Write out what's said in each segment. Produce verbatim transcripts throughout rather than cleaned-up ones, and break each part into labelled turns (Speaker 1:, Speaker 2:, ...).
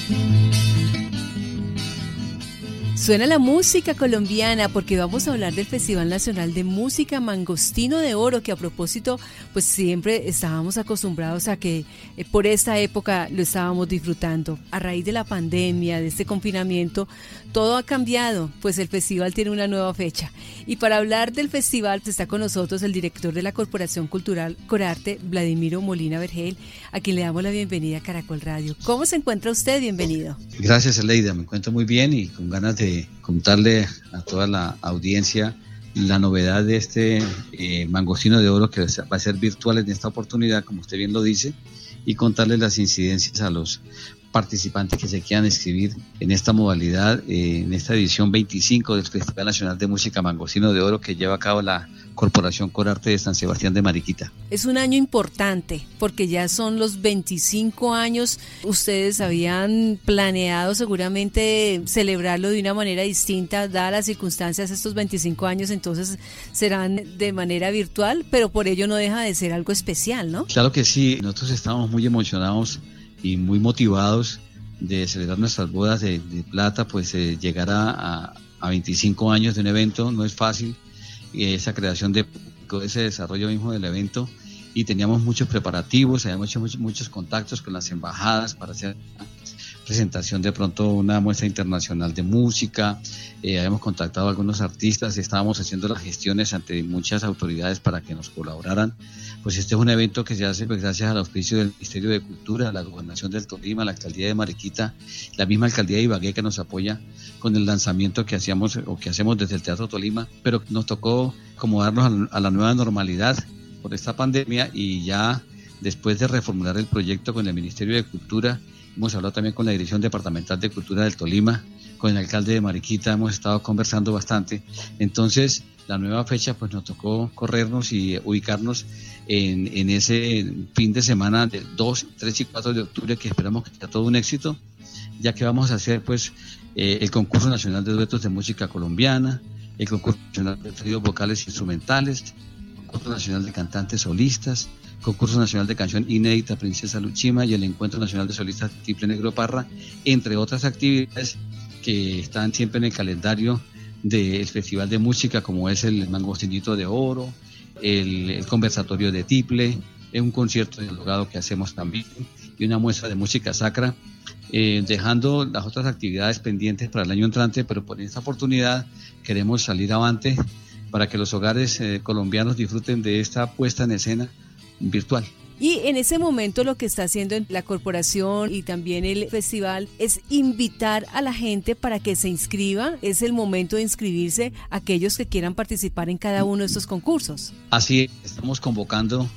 Speaker 1: Suena la música colombiana porque vamos a hablar del Festival Nacional de Música Mangostino de Oro, que a propósito, pues siempre estábamos acostumbrados a que eh, por esta época lo estábamos disfrutando. A raíz de la pandemia, de este confinamiento, todo ha cambiado, pues el festival tiene una nueva fecha. Y para hablar del festival pues, está con nosotros el director de la Corporación Cultural Corarte, Vladimiro Molina Vergel, a quien le damos la bienvenida a Caracol Radio. ¿Cómo se encuentra usted? Bienvenido.
Speaker 2: Gracias, Aleida, me encuentro muy bien y con ganas de contarle a toda la audiencia la novedad de este eh, Mangostino de Oro, que va a ser virtual en esta oportunidad, como usted bien lo dice, y contarle las incidencias a los participantes que se quieran inscribir en esta modalidad, eh, en esta edición veinticinco del Festival Nacional de Música Mangostino de Oro que lleva a cabo la Corporación Corarte de San Sebastián de Mariquita.
Speaker 1: Es un año importante porque ya son los veinticinco años. Ustedes habían planeado seguramente celebrarlo de una manera distinta, dadas las circunstancias estos veinticinco años, entonces serán de manera virtual, pero por ello no deja de ser algo especial, ¿no?
Speaker 2: Claro que sí, nosotros estamos muy emocionados y muy motivados de celebrar nuestras bodas de, de plata, pues eh, llegar a, a, a veinticinco años de un evento no es fácil, y esa creación de ese desarrollo mismo del evento, y teníamos muchos preparativos, habíamos hecho muchos, muchos contactos con las embajadas para hacer presentación de pronto una muestra internacional de música, eh, habíamos contactado a algunos artistas, estábamos haciendo las gestiones ante muchas autoridades para que nos colaboraran. Pues este es un evento que se hace pues, gracias al auspicio del Ministerio de Cultura, la Gobernación del Tolima, la Alcaldía de Mariquita, la misma Alcaldía de Ibagué, que nos apoya con el lanzamiento que hacíamos o que hacemos desde el Teatro Tolima, pero nos tocó acomodarnos a la nueva normalidad por esta pandemia, y ya después de reformular el proyecto con el Ministerio de Cultura, hemos hablado también con la Dirección Departamental de Cultura del Tolima, con el alcalde de Mariquita, hemos estado conversando bastante. Entonces, la nueva fecha, pues nos tocó corrernos y ubicarnos en, en ese fin de semana del dos, tres y cuatro de octubre, que esperamos que sea todo un éxito, ya que vamos a hacer pues eh, el Concurso Nacional de Duetos de Música Colombiana, el Concurso Nacional de Tríos Vocales e Instrumentales, el Concurso Nacional de Cantantes Solistas, Concurso Nacional de Canción Inédita Princesa Luchima y el Encuentro Nacional de Solistas Tiple Negro Parra, entre otras actividades que están siempre en el calendario del Festival de Música, como es el Mangostinito de Oro, el, el Conversatorio de Tiple, un concierto dialogado que hacemos también y una muestra de música sacra, eh, dejando las otras actividades pendientes para el año entrante, pero por esta oportunidad queremos salir avante para que los hogares eh, colombianos disfruten de esta puesta en escena virtual.
Speaker 1: Y en ese momento lo que está haciendo la corporación y también el festival es invitar a la gente para que se inscriba. Es el momento de inscribirse a aquellos que quieran participar en cada uno de estos concursos.
Speaker 2: Así es, estamos convocando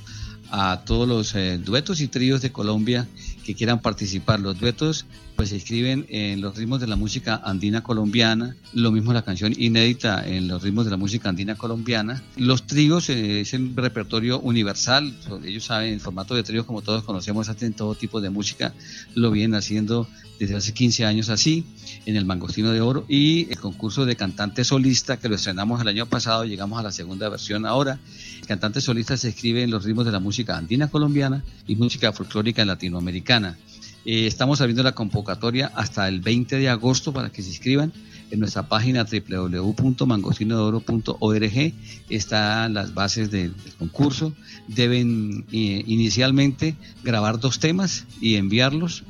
Speaker 2: a todos los eh, duetos y tríos de Colombia que quieran participar. Los duetos pues se inscriben en los ritmos de la música andina colombiana, lo mismo la canción inédita en los ritmos de la música andina colombiana. Los tríos eh, es el repertorio universal, ellos saben, el formato de tríos, como todos conocemos, hacen todo tipo de música, lo vienen haciendo desde hace quince años así, en el Mangostino de Oro, y el concurso de cantante solista que lo estrenamos el año pasado, llegamos a la segunda versión ahora. El cantante solista se inscribe en los ritmos de la música andina colombiana y música folclórica latinoamericana. Eh, estamos abriendo la convocatoria hasta el veinte de agosto para que se inscriban en nuestra página doble u doble u doble u punto mangostino de oro punto org. Están las bases del, del concurso. Deben eh, inicialmente grabar dos temas y enviarlos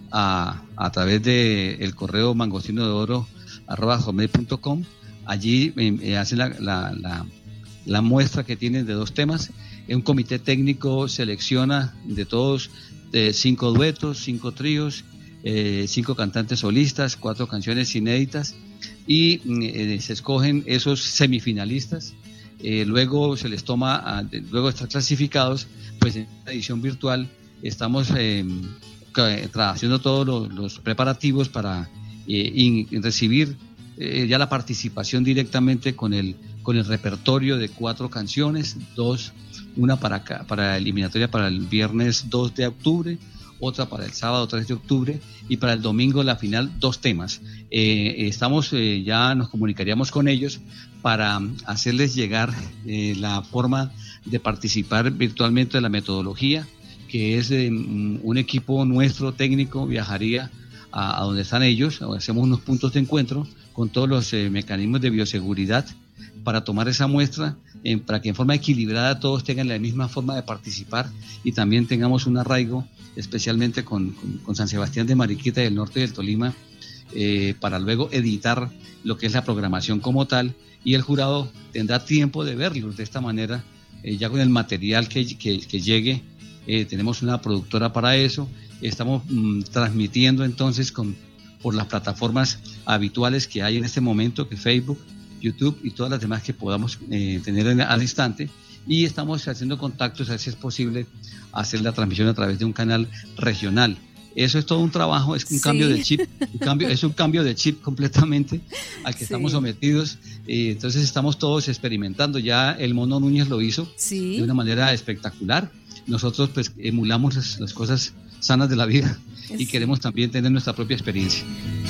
Speaker 2: a, a través del correo mangostino de oro arroba hotmail punto com. Allí eh, hacen la, la, la, la muestra que tienen de dos temas. Un comité técnico selecciona de todos de cinco duetos, cinco tríos, eh, cinco cantantes solistas, cuatro canciones inéditas, y eh, se escogen esos semifinalistas. Eh, luego se les toma, a, de, luego de estar clasificados, pues en la edición virtual estamos eh, haciendo todos los, los preparativos para eh, in, recibir eh, ya la participación directamente con el, con el repertorio de cuatro canciones, dos una para, para eliminatoria para el viernes dos de octubre, otra para el sábado tres de octubre y para el domingo la final dos temas. Eh, estamos, eh, ya nos comunicaríamos con ellos para hacerles llegar eh, la forma de participar virtualmente de la metodología, que es eh, un equipo nuestro técnico viajaría a, a donde están ellos, hacemos unos puntos de encuentro con todos los eh, mecanismos de bioseguridad para tomar esa muestra, eh, para que en forma equilibrada todos tengan la misma forma de participar y también tengamos un arraigo, especialmente con, con, con San Sebastián de Mariquita y el norte del Tolima, eh, para luego editar lo que es la programación como tal, y el jurado tendrá tiempo de verlos de esta manera, eh, ya con el material que, que, que llegue. Eh, tenemos una productora para eso, estamos mmm, transmitiendo entonces con, por las plataformas habituales que hay en este momento, que Facebook, YouTube y todas las demás que podamos eh, tener en, al instante, y estamos haciendo contactos a ver si es posible hacer la transmisión a través de un canal regional. Eso es todo un trabajo, es un sí. cambio de chip, un cambio, es un cambio de chip completamente al que sí. estamos sometidos. Eh, entonces estamos todos experimentando. Ya el Mono Núñez lo hizo sí. de una manera espectacular. Nosotros pues emulamos las, las cosas sanas de la vida y sí. queremos también tener nuestra propia experiencia.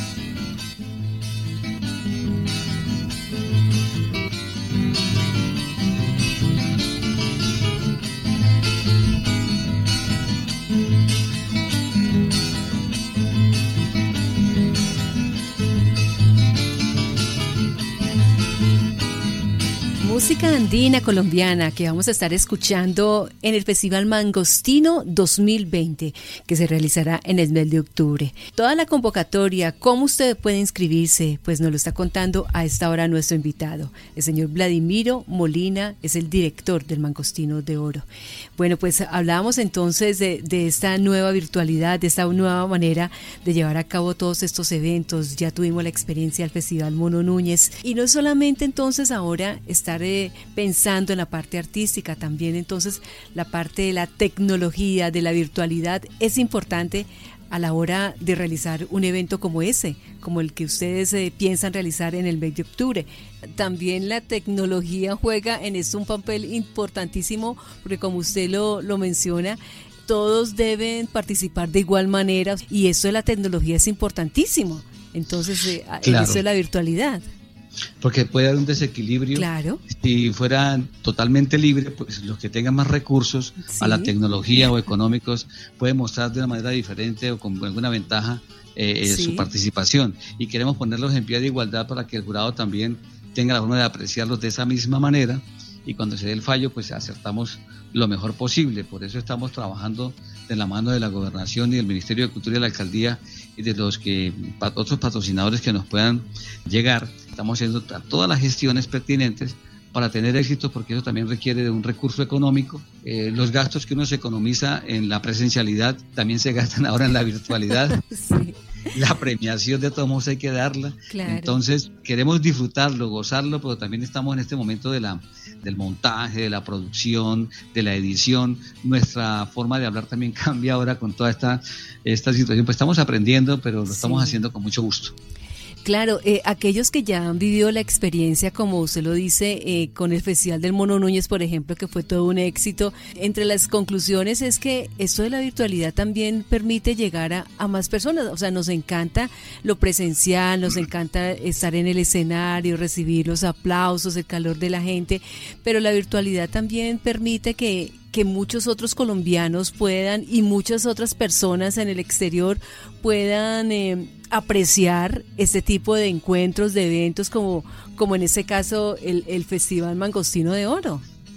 Speaker 1: Música andina colombiana que vamos a estar escuchando en el Festival Mangostino dos mil veinte, que se realizará en el mes de octubre. Toda la convocatoria, cómo usted puede inscribirse, pues nos lo está contando a esta hora nuestro invitado. El señor Vladimiro Molina es el director del Mangostino de Oro. Bueno, pues hablábamos entonces de, de esta nueva virtualidad, de esta nueva manera de llevar a cabo todos estos eventos. Ya tuvimos la experiencia del Festival Mono Núñez, y no solamente entonces ahora estar pensando en la parte artística, también entonces la parte de la tecnología, de la virtualidad es importante a la hora de realizar un evento como ese, como el que ustedes eh, piensan realizar en el mes de octubre. También la tecnología juega en esto un papel importantísimo, porque como usted lo, lo menciona, todos deben participar de igual manera, y eso de la tecnología es importantísimo. Entonces, eh, claro. eso de la virtualidad.
Speaker 2: Porque puede haber un desequilibrio.
Speaker 1: Claro.
Speaker 2: Si fuera totalmente libre, pues los que tengan más recursos sí. a la tecnología o económicos pueden mostrar de una manera diferente o con alguna ventaja eh, sí. su participación. Y queremos ponerlos en pie de igualdad para que el jurado también tenga la forma de apreciarlos de esa misma manera, y cuando se dé el fallo, pues acertamos lo mejor posible. Por eso estamos trabajando de la mano de la Gobernación y del Ministerio de Cultura y de la Alcaldía y de los que otros patrocinadores que nos puedan llegar. Estamos haciendo todas las gestiones pertinentes para tener éxito, porque eso también requiere de un recurso económico. Eh, los gastos que uno se economiza en la presencialidad también se gastan ahora en la virtualidad. Sí. La premiación de todos modos hay que darla. Claro. Entonces queremos disfrutarlo, gozarlo, pero también estamos en este momento de la, del montaje, de la producción, de la edición. Nuestra forma de hablar también cambia ahora con toda esta, esta situación. Pues estamos aprendiendo, pero lo sí. estamos haciendo con mucho gusto.
Speaker 1: Claro, eh, aquellos que ya han vivido la experiencia, como usted lo dice, eh, con el Festival del Mono Núñez, por ejemplo, que fue todo un éxito, entre las conclusiones es que esto de la virtualidad también permite llegar a, a más personas. O sea, nos encanta lo presencial, nos encanta estar en el escenario, recibir los aplausos, el calor de la gente, pero la virtualidad también permite que que muchos otros colombianos puedan, y muchas otras personas en el exterior puedan eh, apreciar este tipo de encuentros, de eventos, como, como en este caso el, el Festival Mangostino de Oro.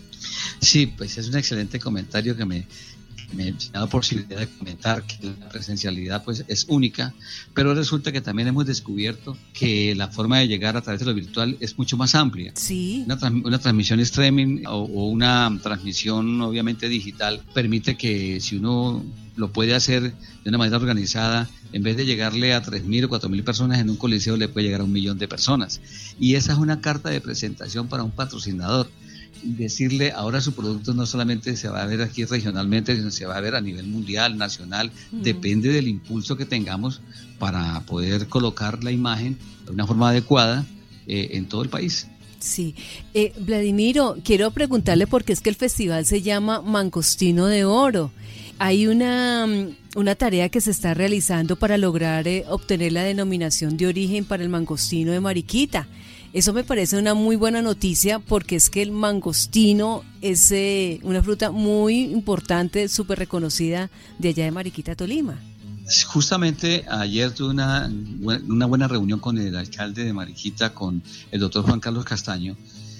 Speaker 2: Sí, pues es un excelente comentario que me, me da la posibilidad de comentar que la presencialidad pues es única, pero resulta que también hemos descubierto que la forma de llegar a través de lo virtual es mucho más amplia.
Speaker 1: Sí.
Speaker 2: Una, una transmisión streaming o, o una transmisión obviamente digital permite que, si uno lo puede hacer de una manera organizada, en vez de llegarle a tres mil o cuatro mil personas en un coliseo, le puede llegar a un millón de personas. Y esa es una carta de presentación para un patrocinador. Decirle, ahora su producto no solamente se va a ver aquí regionalmente, sino se va a ver a nivel mundial, nacional. Mm. Depende del impulso que tengamos para poder colocar la imagen de una forma adecuada eh, en todo el país.
Speaker 1: Sí, eh, Vladimiro, quiero preguntarle, porque es que el festival se llama Mangostino de Oro. Hay una, una tarea que se está realizando para lograr eh, obtener la denominación de origen para el mangostino de Mariquita. Eso me parece una muy buena noticia, porque es que el mangostino es eh, una fruta muy importante, súper reconocida de allá de Mariquita, Tolima.
Speaker 2: Justamente ayer tuve una, una buena reunión con el alcalde de Mariquita, con el doctor Juan Carlos Castaño,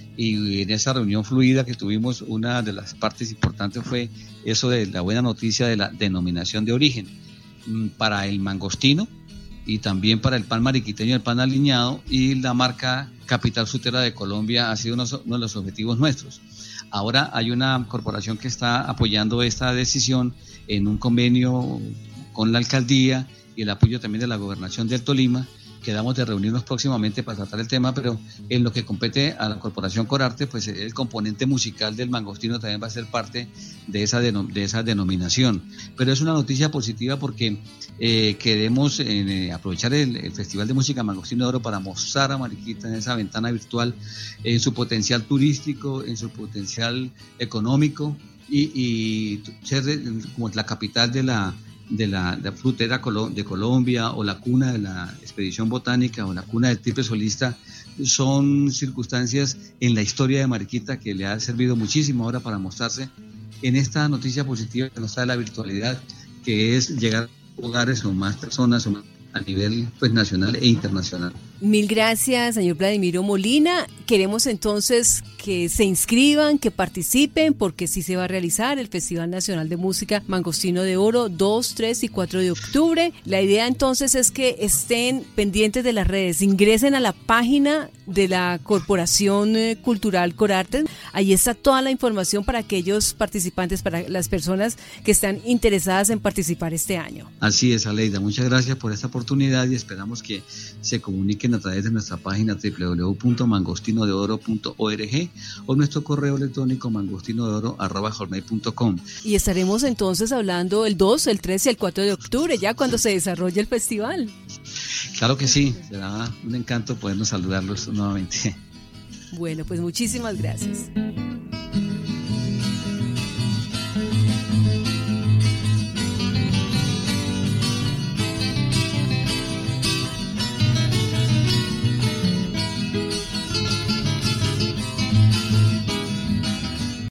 Speaker 2: y en esa reunión fluida que tuvimos, una de las partes importantes fue eso de la buena noticia de la denominación de origen para el mangostino y también para el pan mariquiteño, el pan aliñado, y la marca Capital Frutera de Colombia ha sido uno, uno de los objetivos nuestros. Ahora hay una corporación que está apoyando esta decisión en un convenio con la alcaldía y el apoyo también de la gobernación del Tolima. Quedamos de reunirnos próximamente para tratar el tema, pero en lo que compete a la Corporación Corarte, pues el componente musical del mangostino también va a ser parte de esa, denom- de esa denominación. Pero es una noticia positiva porque eh, queremos eh, aprovechar el, el Festival de Música Mangostino de Oro para mostrar a Mariquita en esa ventana virtual, en su potencial turístico, en su potencial económico y, y ser como la capital de la de la, de la frutera de Colombia, o la cuna de la expedición botánica, o la cuna del triple solista. Son circunstancias en la historia de Mariquita que le ha servido muchísimo ahora para mostrarse en esta noticia positiva que nos trae la virtualidad, que es llegar a hogares o más personas o más a nivel pues nacional e internacional.
Speaker 1: Mil gracias, señor Vladimiro Molina. Queremos entonces que se inscriban, que participen, porque sí se va a realizar el Festival Nacional de Música Mangostino de Oro dos, tres y cuatro de octubre. La idea entonces es que estén pendientes de las redes, ingresen a la página de la Corporación Cultural Corarte. Ahí está toda la información para aquellos participantes, para las personas que están interesadas en participar este año.
Speaker 2: Así es, Aleida. Muchas gracias por esta oportunidad y esperamos que se comuniquen a través de nuestra página doble u doble u doble u punto mangostino de oro punto org o nuestro correo electrónico mangostinodeoro arroba hotmail punto com.
Speaker 1: Y estaremos entonces hablando el dos, el tres y el cuatro de octubre, ya cuando se desarrolle el festival.
Speaker 2: Claro que sí, será un encanto podernos saludarlos nuevamente.
Speaker 1: Bueno, pues muchísimas gracias.